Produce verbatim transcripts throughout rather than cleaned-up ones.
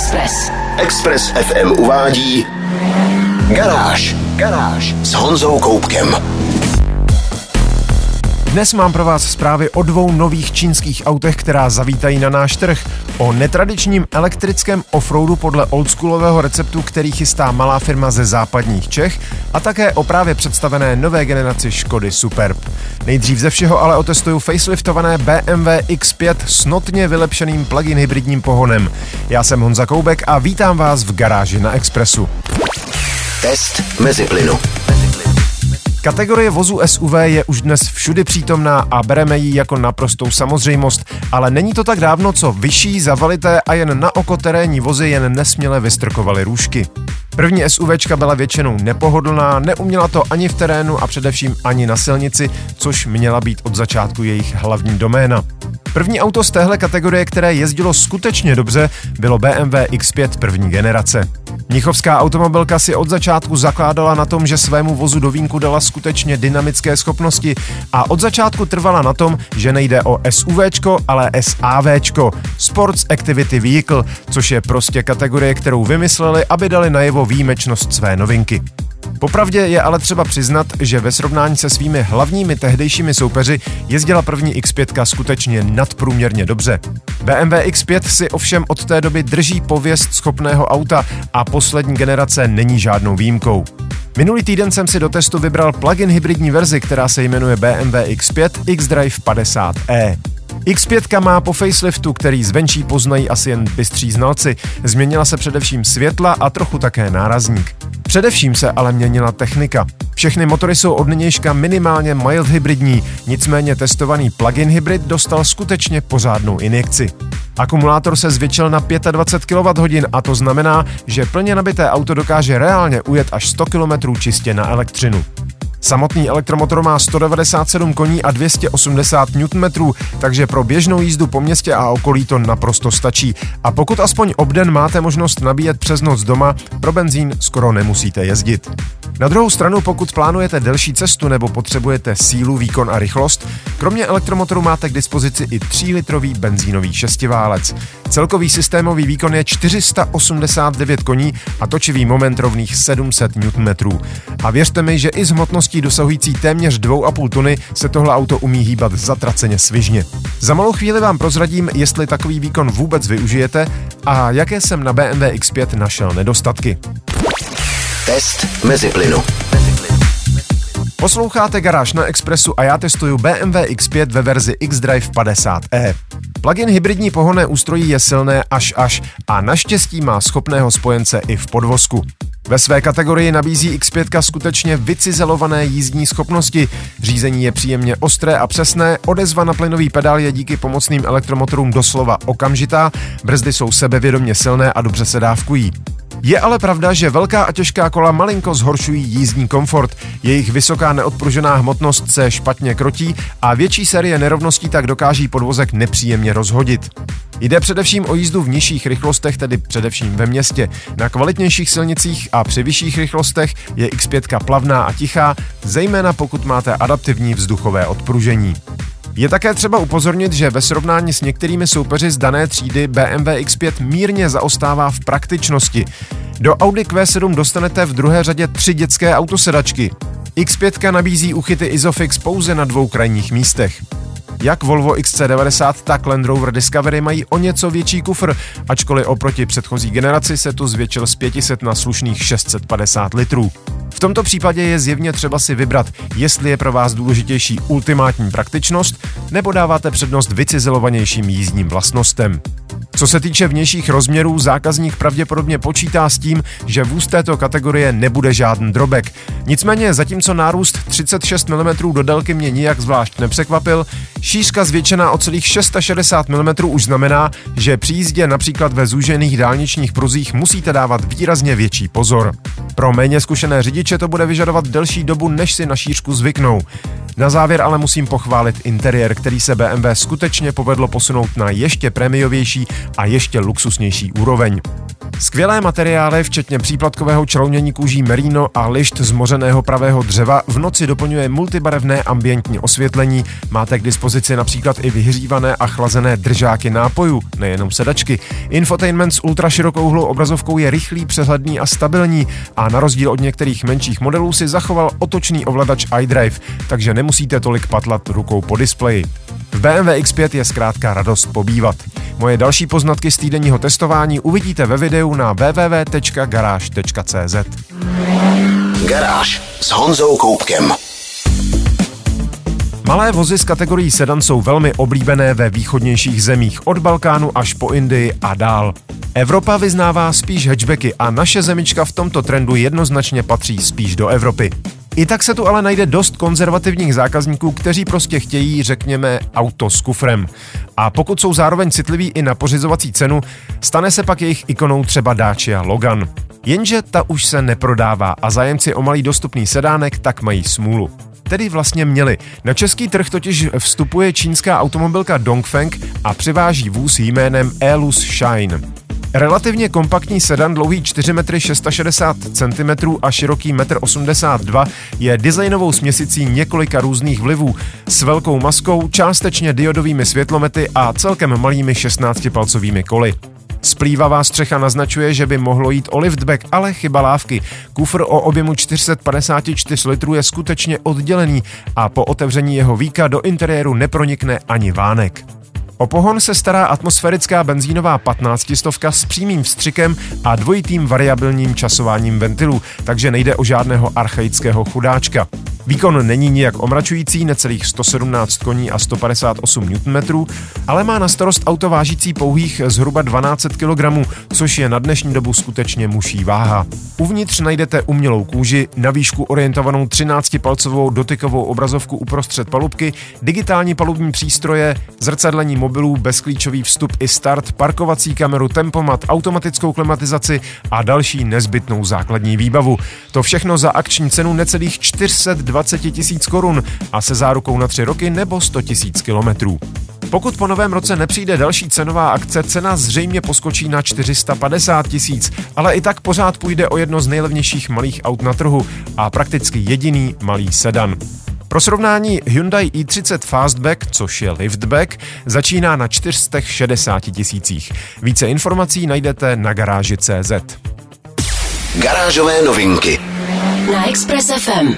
Express. Express F M uvádí Garáž. Garáž s Honzou Koubkem. Dnes mám pro vás zprávy o dvou nových čínských autech, která zavítají na náš trh, o netradičním elektrickém offroadu podle oldschoolového receptu, který chystá malá firma ze západních Čech, a také o právě představené nové generaci Škody Superb. Nejdřív ze všeho ale otestuju faceliftované B M W X pět s notně vylepšeným plug-in hybridním pohonem. Já jsem Honza Koubek a vítám vás v Garáži na Expressu. Test meziplynu. Kategorie vozu S U V je už dnes všudy přítomná a bereme ji jako naprostou samozřejmost, ale není to tak dávno, co vyšší, zavalité a jen na oko terénní vozy jen nesměle vystrkovaly růžky. První SUVčka byla většinou nepohodlná, neuměla to ani v terénu a především ani na silnici, což měla být od začátku jejich hlavní doména. První auto z téhle kategorie, které jezdilo skutečně dobře, bylo B M W X pět první generace. Mnichovská automobilka si od začátku zakládala na tom, že svému vozu do vínku dala skutečně dynamické schopnosti a od začátku trvala na tom, že nejde o SUVčko, ale SAVčko, Sports Activity Vehicle, což je prostě kategorie, kterou vymysleli, aby dali najevo výjimečnost své novinky. Popravdě je ale třeba přiznat, že ve srovnání se svými hlavními tehdejšími soupeři jezdila první X pět skutečně nadprůměrně dobře. B M W X pět si ovšem od té doby drží pověst schopného auta a poslední generace není žádnou výjimkou. Minulý týden jsem si do testu vybral plug-in hybridní verzi, která se jmenuje B M W X pět X-Drive padesát E. X pět má po faceliftu, který zvenčí poznají asi jen bystří znalci, změnila se především světla a trochu také nárazník. Především se ale měnila technika. Všechny motory jsou od nynějška minimálně mild hybridní, nicméně testovaný plug-in hybrid dostal skutečně pořádnou injekci. Akumulátor se zvětšil na dvacet pět kilowatthodin a to znamená, že plně nabité auto dokáže reálně ujet až sto kilometrů čistě na elektřinu. Samotný elektromotor má sto devadesát sedm koní a dvě stě osmdesát newtonmetrů, takže pro běžnou jízdu po městě a okolí to naprosto stačí. A pokud aspoň obden máte možnost nabíjet přes noc doma, pro benzín skoro nemusíte jezdit. Na druhou stranu, pokud plánujete delší cestu nebo potřebujete sílu, výkon a rychlost, kromě elektromotoru máte k dispozici i třílitrový benzínový šestiválec. Celkový systémový výkon je čtyři sta osmdesát devět koní a točivý moment rovných sedm set newtonmetrů. A věřte mi, že i s hmotností dosahující téměř dvě a půl tuny se tohle auto umí hýbat zatraceně svižně. Za malou chvíli vám prozradím, jestli takový výkon vůbec využijete a jaké jsem na B M W X pět našel nedostatky. Test meziplynu. Posloucháte Garáž na Expressu a já testuju B M W X pět ve verzi X-Drive padesát E. Plug-in hybridní pohonné ústrojí je silné až až a naštěstí má schopného spojence i v podvozku. Ve své kategorii nabízí X pět skutečně vycizelované jízdní schopnosti. Řízení je příjemně ostré a přesné, odezva na plynový pedál je díky pomocným elektromotorům doslova okamžitá, brzdy jsou sebevědomě silné a dobře se dávkují. Je ale pravda, že velká a těžká kola malinko zhoršují jízdní komfort, jejich vysoká neodpružená hmotnost se špatně krotí a větší série nerovností tak dokáží podvozek nepříjemně rozhodit. Jde především o jízdu v nižších rychlostech, tedy především ve městě. Na kvalitnějších silnicích a při vyšších rychlostech je X pět plavná a tichá, zejména pokud máte adaptivní vzduchové odpružení. Je také třeba upozornit, že ve srovnání s některými soupeři z dané třídy B M W X pět mírně zaostává v praktičnosti. Do Audi Q sedm dostanete v druhé řadě tři dětské autosedačky. X pět nabízí uchyty Isofix pouze na dvou krajních místech. Jak Volvo X C devadesát, tak Land Rover Discovery mají o něco větší kufr, ačkoliv oproti předchozí generaci se tu zvětšil z pět set na slušných šest set padesát litrů. V tomto případě je zjevně třeba si vybrat, jestli je pro vás důležitější ultimátní praktičnost, nebo dáváte přednost vycizelovanějším jízdním vlastnostem. Co se týče vnějších rozměrů, zákazník pravděpodobně počítá s tím, že vůz této kategorie nebude žádný drobek. Nicméně zatímco nárůst třicet šest milimetrů do délky mě nijak zvlášť nepřekvapil, šířka zvětšená o celých šest set šedesát milimetrů už znamená, že při jízdě například ve zúžených dálničních pruzích musíte dávat výrazně větší pozor. Pro méně zkušené řidiče to bude vyžadovat delší dobu, než si na šířku zvyknou. Na závěr ale musím pochválit interiér, který se B M W skutečně povedlo posunout na ještě prémiovější a ještě luxusnější úroveň. Skvělé materiály, včetně příplatkového čalounění kůží merino a lišt z mořeného pravého dřeva, v noci doplňuje multibarevné ambientní osvětlení. Máte k dispozici například i vyhřívané a chlazené držáky nápojů, nejenom sedačky. Infotainment s ultraširokouhlou obrazovkou je rychlý, přehledný a stabilní a na rozdíl od některých menších modelů si zachoval otočný ovladač iDrive, takže nemusíte tolik patlat rukou po displeji. V bé em vé iks pět je zkrátka radost pobývat. Moje další poznatky z týdenního testování uvidíte ve videu na w w w tečka garáž tečka c z. Garáž s Honzou Koupkem. Malé vozy z kategorií sedan jsou velmi oblíbené ve východnějších zemích, od Balkánu až po Indii a dál. Evropa vyznává spíš hatchbacky a naše zemička v tomto trendu jednoznačně patří spíš do Evropy. I tak se tu ale najde dost konzervativních zákazníků, kteří prostě chtějí, řekněme, auto s kufrem. A pokud jsou zároveň citliví i na pořizovací cenu, stane se pak jejich ikonou třeba Dacia Logan. Jenže ta už se neprodává a zájemci o malý dostupný sedánek tak mají smůlu. Tedy vlastně měli. Na český trh totiž vstupuje čínská automobilka Dongfeng a přiváží vůz jménem Aelus Shine. Relativně kompaktní sedan dlouhý čtyři metry šedesát šest centimetrů a široký jedna osmdesát dva metrů je designovou směsicí několika různých vlivů s velkou maskou, částečně diodovými světlomety a celkem malými šestnáctipalcovými koly. Splývavá střecha naznačuje, že by mohlo jít o liftback, ale chyba lávky. Kufr o objemu čtyři sta padesát čtyři litrů je skutečně oddělený a po otevření jeho víka do interiéru nepronikne ani vánek. O pohon se stará atmosférická benzínová patnáctistovka s přímým vstřikem a dvojitým variabilním časováním ventilů, takže nejde o žádného archaického chudáčka. Výkon není nijak omračující, necelých sto sedmnáct koní a sto padesát osm newtonmetrů, ale má na starost auto vážící pouhých zhruba dvanáct set kilogramů, což je na dnešní dobu skutečně muší váha. Uvnitř najdete umělou kůži, na výšku orientovanou třináctipalcovou dotykovou obrazovku uprostřed palubky, digitální palubní přístroje, zrcadlení mobilů, bezklíčový vstup i start, parkovací kameru, tempomat, automatickou klimatizaci a další nezbytnou základní výbavu. To všechno za akční cenu necelých čtyři sta dvacet tisíc korun a se zárukou na tři roky nebo sto tisíc kilometrů. Pokud po novém roce nepřijde další cenová akce, cena zřejmě poskočí na čtyři sta padesát tisíc, ale i tak pořád půjde o jedno z nejlevnějších malých aut na trhu a prakticky jediný malý sedan. Pro srovnání Hyundai i třicet Fastback, což je liftback, začíná na čtyři sta šedesát tisících. Více informací najdete na garáži tečka cé zet. Garážové novinky na Express ef em.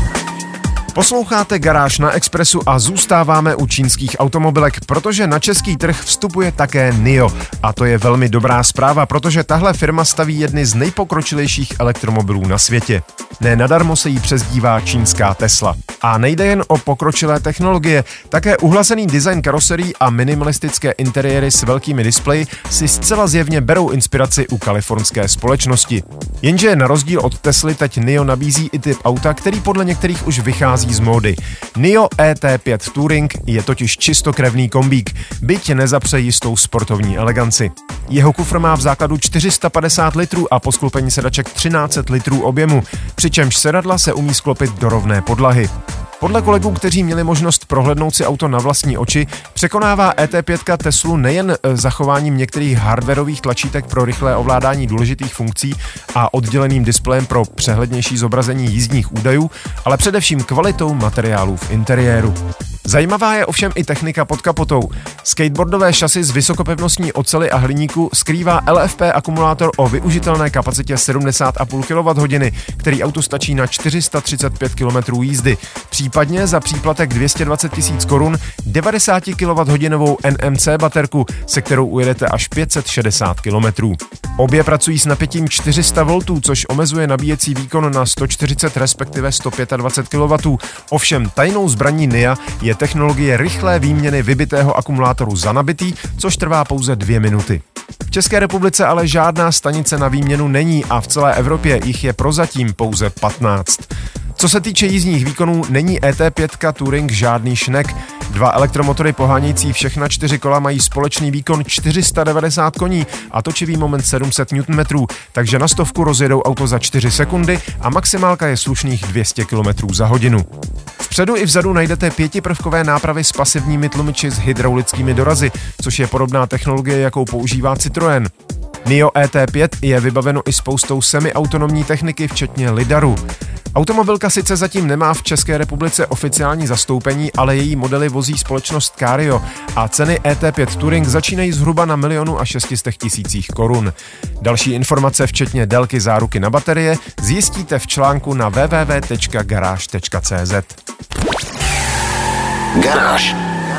Posloucháte Garáž na Expressu a zůstáváme u čínských automobilek, protože na český trh vstupuje také NIO. A to je velmi dobrá zpráva, protože tahle firma staví jedny z nejpokročilejších elektromobilů na světě. Ne nadarmo se jí přezdívá čínská Tesla. A nejde jen o pokročilé technologie, také uhlazený design karoserií a minimalistické interiéry s velkými displeji si zcela zjevně berou inspiraci u kalifornské společnosti. Jenže na rozdíl od Tesly teď NIO nabízí i typ auta, který podle některých už vychází z módy. NIO E T pět Touring je totiž čistokrevný kombík, byť nezapře jistou sportovní eleganci. Jeho kufr má v základu čtyři sta padesát litrů a po sklopení sedaček třináct set litrů objemu, přičemž sedadla se umí sklopit do rovné podlahy. Podle kolegů, kteří měli možnost prohlédnout si auto na vlastní oči, překonává E T pět Teslu nejen zachováním některých hardwarových tlačítek pro rychlé ovládání důležitých funkcí a odděleným displejem pro přehlednější zobrazení jízdních údajů, ale především kvalitou materiálů v interiéru. Zajímavá je ovšem i technika pod kapotou. Skateboardové šasy z vysokopevnostní oceli a hliníku skrývá L F P akumulátor o využitelné kapacitě sedmdesát celá pět kilowatthodin, který autu stačí na čtyři sta třicet pět kilometrů jízdy. Případně za příplatek dvě stě dvacet tisíc korun devadesát kilowatthodin N M C baterku, se kterou ujedete až pět set šedesát kilometrů. Obě pracují s napětím čtyři sta voltů, což omezuje nabíjecí výkon na sto čtyřicet respektive sto dvacet pět kilowattů. Ovšem tajnou zbraní NIA je technologie rychlé výměny vybitého akumulátoru za nabitý, což trvá pouze dvě minuty. V České republice ale žádná stanice na výměnu není a v celé Evropě jich je prozatím pouze patnáct. Co se týče jízdních výkonů, není E T pět Touring žádný šnek. Dva elektromotory pohánějící všechna čtyři kola mají společný výkon čtyři sta devadesát koní a točivý moment sedm set newtonmetrů, takže na stovku rozjedou auto za čtyři sekundy a maximálka je slušných dvě stě kilometrů za hodinu. Vpředu i vzadu najdete pětiprvkové nápravy s pasivními tlumiči s hydraulickými dorazy, což je podobná technologie, jakou používá Citroën. Nio E T pět je vybaveno i spoustou semiautonomní techniky, včetně lidaru. Automobilka sice zatím nemá v České republice oficiální zastoupení, ale její modely vozí společnost Cario a ceny E T pět Touring začínají zhruba na milionu a šesti tisících korun. Další informace, včetně délky záruky na baterie, zjistíte v článku na w w w tečka garáž tečka c z. Garáž.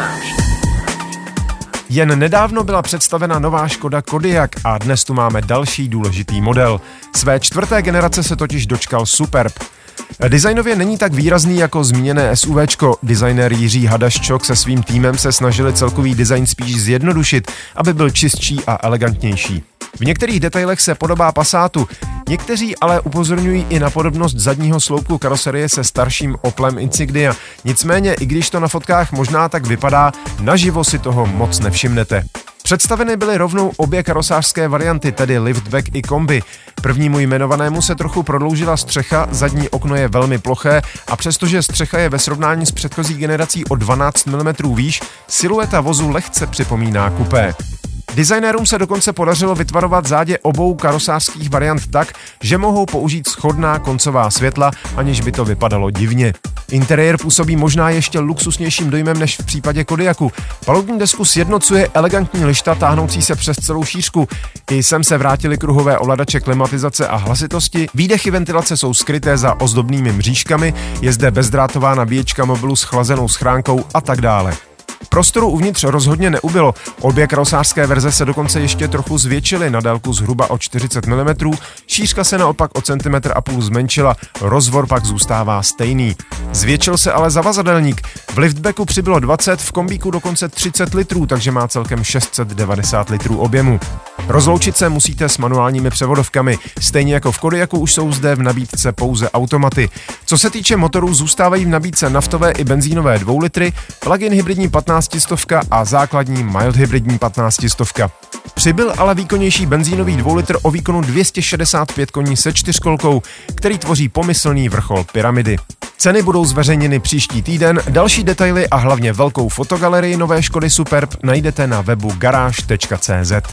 Jen nedávno byla představena nová Škoda Kodiaq a dnes tu máme další důležitý model. Své čtvrté generace se totiž dočkal Superb. Designově není tak výrazný jako zmíněné SUVčko. Designér Jiří Hadaščok se svým týmem se snažili celkový design spíš zjednodušit, aby byl čistší a elegantnější. V některých detailech se podobá Passatu, někteří ale upozorňují i na podobnost zadního sloupku karoserie se starším Opelem Insignia. Nicméně, i když to na fotkách možná tak vypadá, naživo si toho moc nevšimnete. Představeny byly rovnou obě karosářské varianty, tedy liftback i kombi. Prvnímu jmenovanému se trochu prodloužila střecha, zadní okno je velmi ploché a přestože střecha je ve srovnání s předchozí generací o dvanáct milimetrů výš, silueta vozu lehce připomíná kupé. Designérům se dokonce podařilo vytvarovat zádě obou karosářských variant tak, že mohou použít shodná koncová světla, aniž by to vypadalo divně. Interiér působí možná ještě luxusnějším dojmem než v případě Kodiaqu. Palubní desku sjednocuje elegantní lišta táhnoucí se přes celou šířku. I sem se vrátily kruhové ovladače klimatizace a hlasitosti, výdechy ventilace jsou skryté za ozdobnými mřížkami, je zde bezdrátová nabíječka mobilu s chlazenou schránkou a tak dále. Prostoru uvnitř rozhodně neubylo, obě karosářské verze se dokonce ještě trochu zvětšily na délku zhruba o čtyřicet milimetrů, šířka se naopak o centimetr a půl zmenšila, rozvor pak zůstává stejný. Zvětšil se ale zavazadelník, v liftbacku přibylo dvacet, v kombíku dokonce třicet litrů, takže má celkem šest set devadesát litrů objemu. Rozloučit se musíte s manuálními převodovkami, stejně jako v Kodiaqu už jsou zde v nabídce pouze automaty. Co se týče motorů, zůstávají v nabídce naftové i benzínové dvou litry, plug-in hybridní patnáctistovka a základní mild hybridní patnáctistovka. Přibyl ale výkonnější benzínový dvou litr o výkonu dvě stě šedesát pět koní se čtyřkolkou, který tvoří pomyslný vrchol pyramidy. Ceny budou zveřejněny příští týden, další detaily a hlavně velkou fotogalerii nové Škody Superb najdete na webu garáž tečka c z.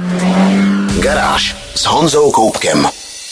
Garáž s Honzou Koupkem.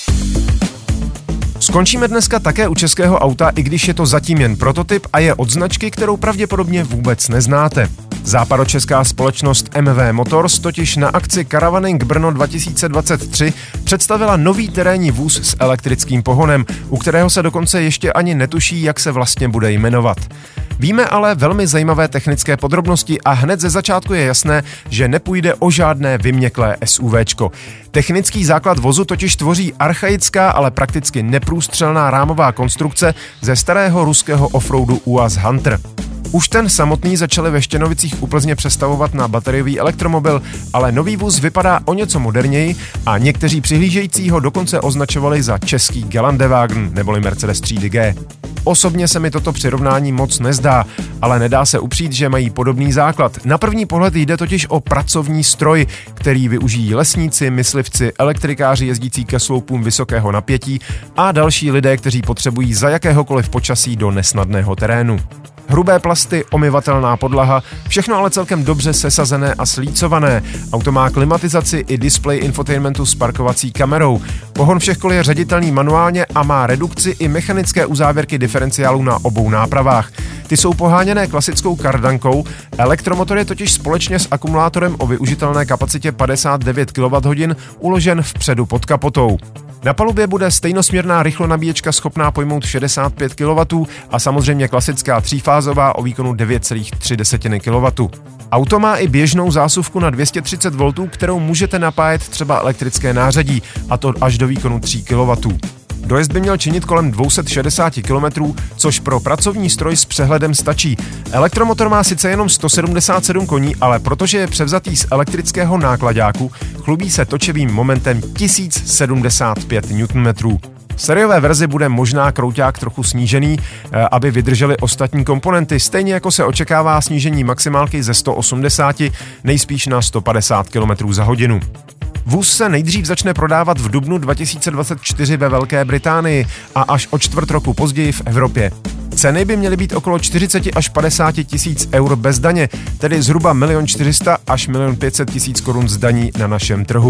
Skončíme dneska také u českého auta, i když je to zatím jen prototyp a je od značky, kterou pravděpodobně vůbec neznáte. Západočeská společnost M V Motors totiž na akci Caravaning Brno dva tisíce dvacet tři představila nový terénní vůz s elektrickým pohonem, u kterého se dokonce ještě ani netuší, jak se vlastně bude jmenovat. Víme ale velmi zajímavé technické podrobnosti a hned ze začátku je jasné, že nepůjde o žádné vyměklé SUVčko. Technický základ vozu totiž tvoří archaická, ale prakticky neprůstřelná rámová konstrukce ze starého ruského offroadu U A Z Hunter. Už ten samotný začali ve Štěnovicích u Plzně přestavovat na bateriový elektromobil, ale nový vůz vypadá o něco moderněji a někteří přihlížející ho dokonce označovali za český Gelandewagen neboli Mercedes třídy G. Osobně se mi toto přirovnání moc nezdá, ale nedá se upřít, že mají podobný základ. Na první pohled jde totiž o pracovní stroj, který využijí lesníci, myslivci, elektrikáři jezdící ke sloupům vysokého napětí a další lidé, kteří potřebují za jakéhokoliv počasí do nesnadného terénu. Hrubé plasty, omyvatelná podlaha, všechno ale celkem dobře sesazené a slícované. Auto má klimatizaci i displej infotainmentu s parkovací kamerou. Pohon všech kol je ředitelný manuálně a má redukci i mechanické uzávěrky diferenciálů na obou nápravách. Ty jsou poháněné klasickou kardankou, elektromotor je totiž společně s akumulátorem o využitelné kapacitě padesát devět kilowatthodin uložen vpředu pod kapotou. Na palubě bude stejnosměrná rychlonabíječka schopná pojmout šedesát pět kilowattů a samozřejmě klasická třífázová o výkonu devět celá tři kilowattu. Auto má i běžnou zásuvku na dvě stě třicet voltů, kterou můžete napájet třeba elektrické nářadí, a to až do výkonu tři kilowattů. Dojezd by měl činit kolem dvě stě šedesát kilometrů, což pro pracovní stroj s přehledem stačí. Elektromotor má sice jenom sto sedmdesát sedm koní, ale protože je převzatý z elektrického nákladáku, chlubí se točivým momentem tisíc sedmdesát pět newtonmetrů. V sériové verzi bude možná krouťák trochu snížený, aby vydržely ostatní komponenty, stejně jako se očekává snížení maximálky ze sto osmdesát nejspíš na sto padesát kilometrů za hodinu. Vůz se nejdřív začne prodávat v dubnu dva tisíce dvacet čtyři ve Velké Británii a až o čtvrt roku později v Evropě. Ceny by měly být okolo čtyřicet až padesát tisíc eur bez daně, tedy zhruba milion čtyři sta až milion pět set tisíc korun z daní na našem trhu.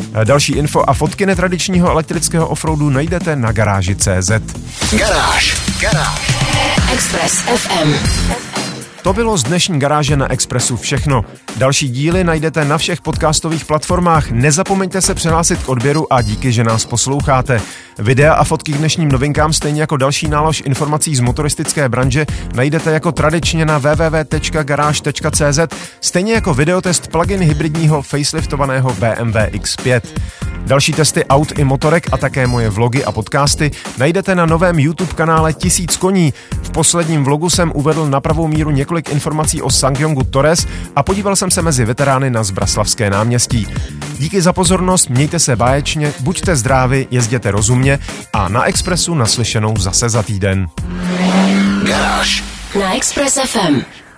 Další info a fotky netradičního elektrického offroadu najdete na garáži tečka cé zet. Garáž. Garáž. Express ef em. To bylo z dnešní garáže na Expressu všechno. Další díly najdete na všech podcastových platformách. Nezapomeňte se přihlásit k odběru a díky, že nás posloucháte. Videa a fotky k dnešním novinkám, stejně jako další nálož informací z motoristické branže, najdete jako tradičně na w w w tečka garáž tečka cé zet, stejně jako videotest plug-in hybridního faceliftovaného bé em vé iks pět. Další testy aut i motorek a také moje vlogy a podcasty najdete na novém YouTube kanále Tisíc koní. V posledním vlogu jsem uvedl na pravou míru několik informací o SsangYongu Torres a podíval jsem se mezi veterány na Zbraslavské náměstí. Díky za pozornost, mějte se báječně, buďte zdraví, jezděte rozumně a na Expressu naslyšenou zase za týden. Garáž Na Express ef em.